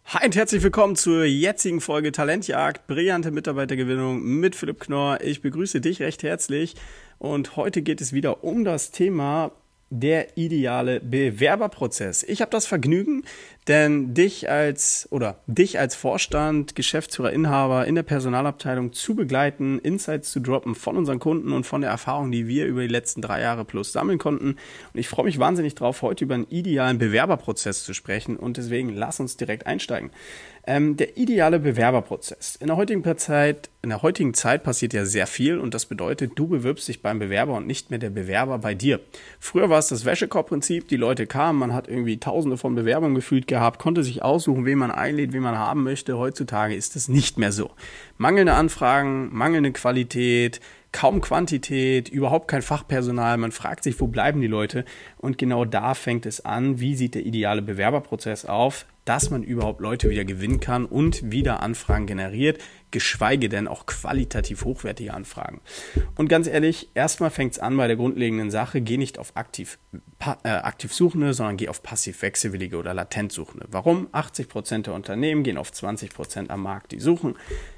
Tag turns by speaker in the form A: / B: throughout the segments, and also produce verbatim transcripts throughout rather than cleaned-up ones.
A: Hi und herzlich willkommen zur jetzigen Folge Talentjagd, brillante Mitarbeitergewinnung mit Philipp Knorr. Ich begrüße dich recht herzlich und heute geht es wieder um das Thema der ideale Bewerberprozess. Ich habe das Vergnügen, denn dich als oder dich als Vorstand, Geschäftsführer, Inhaber in der Personalabteilung zu begleiten, Insights zu droppen von unseren Kunden und von der Erfahrung, die wir über die letzten drei Jahre plus sammeln konnten. Und ich freue mich wahnsinnig drauf, heute über einen idealen Bewerberprozess zu sprechen und deswegen lass uns direkt einsteigen. Ähm, der ideale Bewerberprozess. In der heutigen Zeit, in der heutigen Zeit passiert ja sehr viel und das bedeutet, du bewirbst dich beim Bewerber und nicht mehr der Bewerber bei dir. Früher war es das Wäschekorb-Prinzip, die Leute kamen, man hat irgendwie tausende von Bewerbern gefühlt gehabt, konnte sich aussuchen, wen man einlädt, wen man haben möchte. Heutzutage ist es nicht mehr so. Mangelnde Anfragen, mangelnde Qualität, kaum Quantität, überhaupt kein Fachpersonal. Man fragt sich, wo bleiben die Leute? Und genau da fängt es an, wie sieht der ideale Bewerberprozess auf, dass man überhaupt Leute wieder gewinnen kann und wieder Anfragen generiert, geschweige denn auch qualitativ hochwertige Anfragen. Und ganz ehrlich, erstmal fängt es an bei der grundlegenden Sache, geh nicht auf aktiv, äh, aktiv Suchende, sondern geh auf passiv Wechselwillige oder latent Suchende. Warum? achtzig Prozent der Unternehmen gehen auf zwanzig Prozent am Markt, die suchen.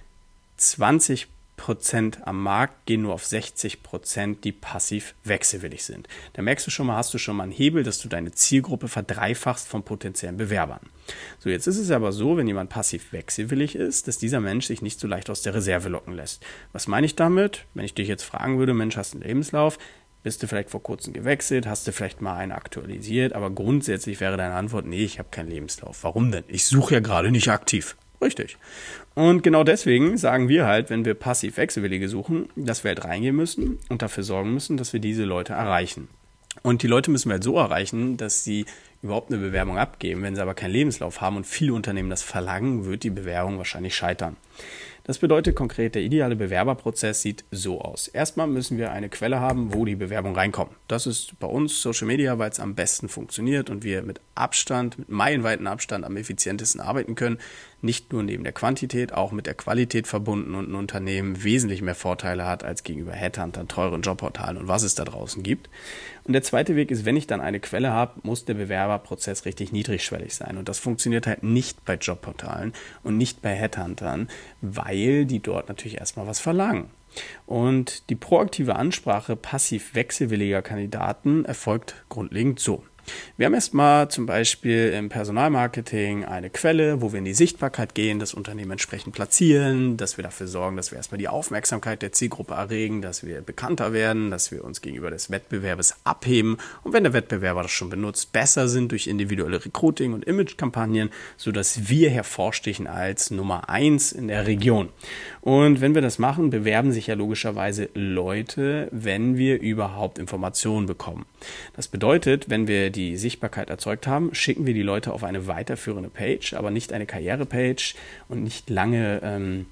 A: zwanzig Prozent am Markt gehen nur auf sechzig Prozent, die passiv wechselwillig sind. Da merkst du schon mal, hast du schon mal einen Hebel, dass du deine Zielgruppe verdreifachst von potenziellen Bewerbern. So, jetzt ist es aber so, wenn jemand passiv wechselwillig ist, dass dieser Mensch sich nicht so leicht aus der Reserve locken lässt. Was meine ich damit? Wenn ich dich jetzt fragen würde, Mensch, hast du einen Lebenslauf? Bist du vielleicht vor kurzem gewechselt? Hast du vielleicht mal einen aktualisiert? Aber grundsätzlich wäre deine Antwort, nee, ich habe keinen Lebenslauf. Warum denn? Ich suche ja gerade nicht aktiv. Richtig. Und genau deswegen sagen wir halt, wenn wir passiv Wechselwillige suchen, dass wir halt reingehen müssen und dafür sorgen müssen, dass wir diese Leute erreichen. Und die Leute müssen wir halt so erreichen, dass sie überhaupt eine Bewerbung abgeben. Wenn sie aber keinen Lebenslauf haben und viele Unternehmen das verlangen, wird die Bewerbung wahrscheinlich scheitern. Das bedeutet konkret, der ideale Bewerberprozess sieht so aus. Erstmal müssen wir eine Quelle haben, wo die Bewerbung reinkommt. Das ist bei uns Social Media, weil es am besten funktioniert und wir mit Abstand, mit meilenweiten Abstand am effizientesten arbeiten können. Nicht nur neben der Quantität, auch mit der Qualität verbunden und ein Unternehmen wesentlich mehr Vorteile hat als gegenüber Headhuntern, teuren Jobportalen und was es da draußen gibt. Und der zweite Weg ist, wenn ich dann eine Quelle habe, muss der Bewerberprozess richtig niedrigschwellig sein. Und das funktioniert halt nicht bei Jobportalen und nicht bei Headhuntern, weil die dort natürlich erstmal was verlangen. Und die proaktive Ansprache passiv wechselwilliger Kandidaten erfolgt grundlegend so. Wir haben erstmal zum Beispiel im Personalmarketing eine Quelle, wo wir in die Sichtbarkeit gehen, das Unternehmen entsprechend platzieren, dass wir dafür sorgen, dass wir erstmal die Aufmerksamkeit der Zielgruppe erregen, dass wir bekannter werden, dass wir uns gegenüber des Wettbewerbes abheben und wenn der Wettbewerber das schon benutzt, besser sind durch individuelle Recruiting- und Imagekampagnen, sodass wir hervorstechen als Nummer eins in der Region. Und wenn wir das machen, bewerben sich ja logischerweise Leute, wenn wir überhaupt Informationen bekommen. Das bedeutet, wenn wir die Sichtbarkeit erzeugt haben, schicken wir die Leute auf eine weiterführende Page, aber nicht eine Karrierepage und nicht lange ähm,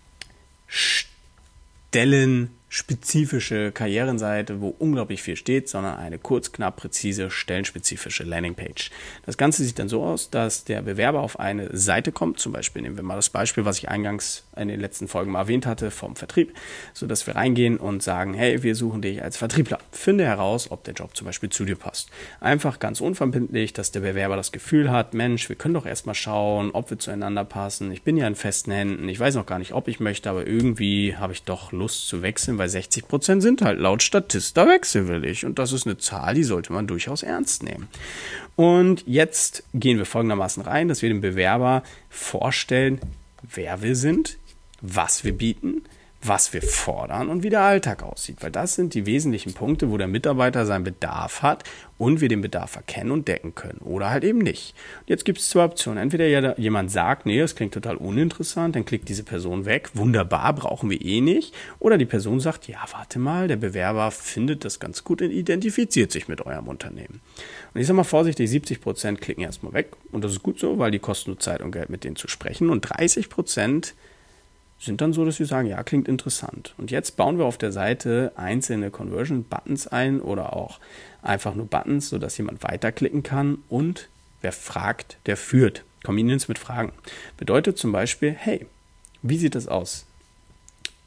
A: Stellen spezifische Karrierenseite, wo unglaublich viel steht, sondern eine kurz, knapp, präzise, stellenspezifische Landingpage. Das Ganze sieht dann so aus, dass der Bewerber auf eine Seite kommt, zum Beispiel nehmen wir mal das Beispiel, was ich eingangs in den letzten Folgen mal erwähnt hatte, vom Vertrieb, sodass wir reingehen und sagen, hey, wir suchen dich als Vertriebler. Finde heraus, ob der Job zum Beispiel zu dir passt. Einfach ganz unverbindlich, dass der Bewerber das Gefühl hat, Mensch, wir können doch erstmal schauen, ob wir zueinander passen. Ich bin ja in festen Händen, ich weiß noch gar nicht, ob ich möchte, aber irgendwie habe ich doch Lust zu wechseln, weil sechzig Prozent sind halt laut Statista wechselwillig und das ist eine Zahl, die sollte man durchaus ernst nehmen. Und jetzt gehen wir folgendermaßen rein, dass wir dem Bewerber vorstellen, wer wir sind, was wir bieten, was wir fordern und wie der Alltag aussieht, weil das sind die wesentlichen Punkte, wo der Mitarbeiter seinen Bedarf hat und wir den Bedarf erkennen und decken können oder halt eben nicht. Und jetzt gibt es zwei Optionen. Entweder jemand sagt, nee, das klingt total uninteressant, dann klickt diese Person weg, wunderbar, brauchen wir eh nicht. Oder die Person sagt, ja, warte mal, der Bewerber findet das ganz gut und identifiziert sich mit eurem Unternehmen. Und ich sage mal vorsichtig, siebzig Prozent klicken erstmal weg und das ist gut so, weil die kosten nur Zeit und Geld, mit denen zu sprechen und dreißig Prozent sind dann so, dass sie sagen, ja, klingt interessant. Und jetzt bauen wir auf der Seite einzelne Conversion-Buttons ein oder auch einfach nur Buttons, sodass jemand weiterklicken kann und wer fragt, der führt. Kombinieren es mit Fragen. Bedeutet zum Beispiel, hey, wie sieht das aus?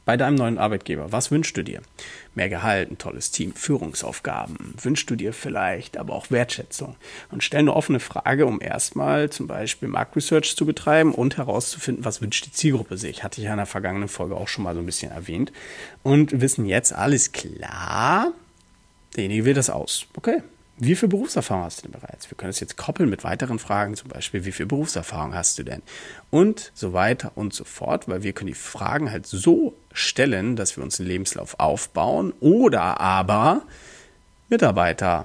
A: bei deinem neuen Arbeitgeber, was wünschst du dir? Mehr Gehalt, ein tolles Team, Führungsaufgaben. Wünschst du dir vielleicht aber auch Wertschätzung? Und stell eine offene Frage, um erstmal zum Beispiel Marktresearch zu betreiben und herauszufinden, was wünscht die Zielgruppe sich. Hatte ich ja in der vergangenen Folge auch schon mal so ein bisschen erwähnt. Und wissen jetzt, alles klar, derjenige wählt das aus. Okay. Wie viel Berufserfahrung hast du denn bereits? Wir können es jetzt koppeln mit weiteren Fragen, zum Beispiel, wie viel Berufserfahrung hast du denn? Und so weiter und so fort, weil wir können die Fragen halt so stellen, dass wir uns einen Lebenslauf aufbauen oder aber Mitarbeiter,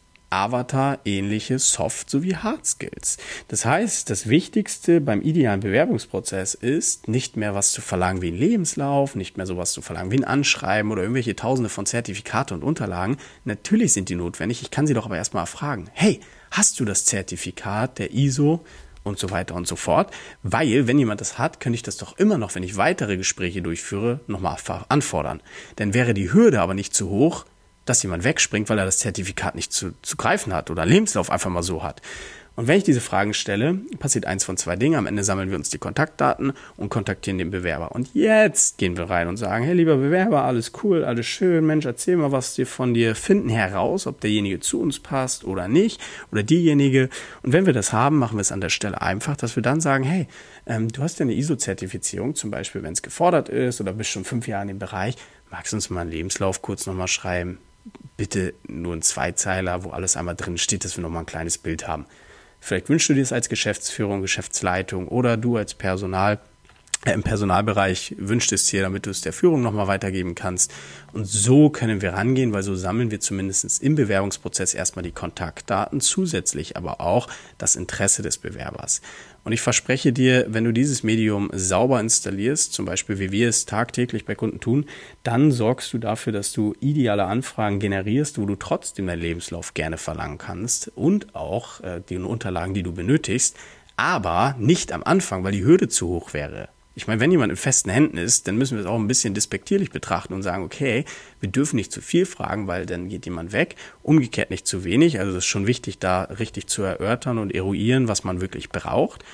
A: Avatar, ähnliche Soft- sowie Hard-Skills. Das heißt, das Wichtigste beim idealen Bewerbungsprozess ist, nicht mehr was zu verlangen wie ein Lebenslauf, nicht mehr sowas zu verlangen wie ein Anschreiben oder irgendwelche Tausende von Zertifikate und Unterlagen. Natürlich sind die notwendig, ich kann sie doch aber erstmal fragen. Hey, hast du das Zertifikat der I S O und so weiter und so fort? Weil, wenn jemand das hat, könnte ich das doch immer noch, wenn ich weitere Gespräche durchführe, nochmal anfordern. Denn wäre die Hürde aber nicht zu hoch, dass jemand wegspringt, weil er das Zertifikat nicht zu, zu greifen hat oder einen Lebenslauf einfach mal so hat. Und wenn ich diese Fragen stelle, passiert eins von zwei Dingen. Am Ende sammeln wir uns die Kontaktdaten und kontaktieren den Bewerber. Und jetzt gehen wir rein und sagen, hey, lieber Bewerber, alles cool, alles schön, Mensch, erzähl mal was dir von dir, finden heraus, ob derjenige zu uns passt oder nicht oder diejenige. Und wenn wir das haben, machen wir es an der Stelle einfach, dass wir dann sagen, hey, ähm, du hast ja eine I S O-Zertifizierung, zum Beispiel, wenn es gefordert ist oder bist schon fünf Jahre in dem Bereich, magst du uns mal einen Lebenslauf kurz nochmal schreiben? Bitte nur ein Zweizeiler, wo alles einmal drin steht, dass wir nochmal ein kleines Bild haben. Vielleicht wünschst du dir es als Geschäftsführung, Geschäftsleitung oder du als Personal, äh, im Personalbereich wünschst es dir, damit du es der Führung nochmal weitergeben kannst. Und so können wir rangehen, weil so sammeln wir zumindest im Bewerbungsprozess erstmal die Kontaktdaten, zusätzlich aber auch das Interesse des Bewerbers. Und ich verspreche dir, wenn du dieses Medium sauber installierst, zum Beispiel wie wir es tagtäglich bei Kunden tun, dann sorgst du dafür, dass du ideale Anfragen generierst, wo du trotzdem deinen Lebenslauf gerne verlangen kannst und auch äh, die Unterlagen, die du benötigst, aber nicht am Anfang, weil die Hürde zu hoch wäre. Ich meine, wenn jemand in festen Händen ist, dann müssen wir es auch ein bisschen despektierlich betrachten und sagen, okay, wir dürfen nicht zu viel fragen, weil dann geht jemand weg. Umgekehrt nicht zu wenig. Also es ist schon wichtig, da richtig zu erörtern und eruieren, was man wirklich braucht.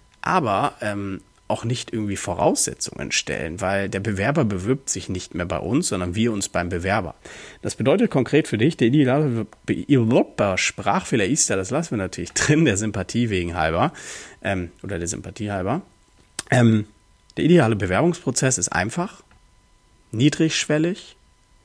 A: Aber ähm, auch nicht irgendwie Voraussetzungen stellen, weil der Bewerber bewirbt sich nicht mehr bei uns, sondern wir uns beim Bewerber. Das bedeutet konkret für dich, der ideale Be- Sprachfehler ist da, das lassen wir natürlich drin, der Sympathie wegen halber, ähm, oder der Sympathie halber. Ähm, Der ideale Bewerbungsprozess ist einfach, niedrigschwellig,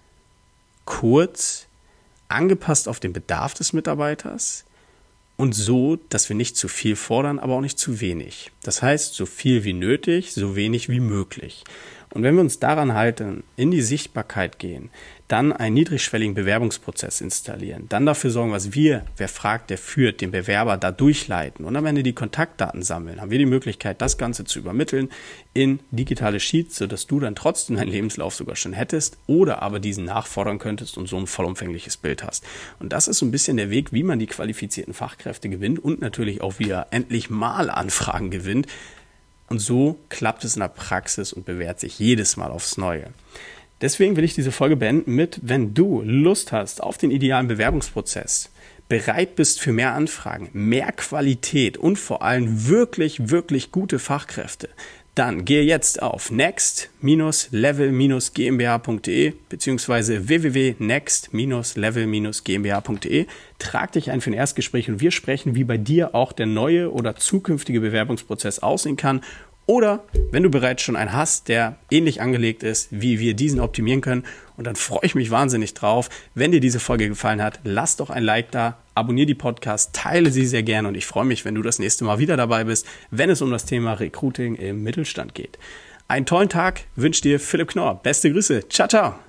A: kurz, angepasst auf den Bedarf des Mitarbeiters und so, dass wir nicht zu viel fordern, aber auch nicht zu wenig. Das heißt, so viel wie nötig, so wenig wie möglich. Und wenn wir uns daran halten, in die Sichtbarkeit gehen, dann einen niedrigschwelligen Bewerbungsprozess installieren, dann dafür sorgen, was wir, wer fragt, der führt, den Bewerber da durchleiten und am Ende die Kontaktdaten sammeln, haben wir die Möglichkeit, das Ganze zu übermitteln in digitale Sheets, sodass du dann trotzdem deinen Lebenslauf sogar schon hättest oder aber diesen nachfordern könntest und so ein vollumfängliches Bild hast. Und das ist so ein bisschen der Weg, wie man die qualifizierten Fachkräfte gewinnt und natürlich auch, wie er endlich mal Anfragen gewinnt. Und so klappt es in der Praxis und bewährt sich jedes Mal aufs Neue. Deswegen will ich diese Folge beenden mit, wenn du Lust hast auf den idealen Bewerbungsprozess, bereit bist für mehr Anfragen, mehr Qualität und vor allem wirklich, wirklich gute Fachkräfte, dann gehe jetzt auf next Level GmbH punkt de bzw. w w w punkt next Level GmbH punkt de. Trag dich ein für ein Erstgespräch und wir sprechen, wie bei dir auch der neue oder zukünftige Bewerbungsprozess aussehen kann. Oder wenn du bereits schon einen hast, der ähnlich angelegt ist, wie wir diesen optimieren können. Und dann freue ich mich wahnsinnig drauf. Wenn dir diese Folge gefallen hat, lass doch ein Like da, abonniere die Podcast, teile sie sehr gerne und ich freue mich, wenn du das nächste Mal wieder dabei bist, wenn es um das Thema Recruiting im Mittelstand geht. Einen tollen Tag wünscht dir Philipp Knorr. Beste Grüße. Ciao, ciao.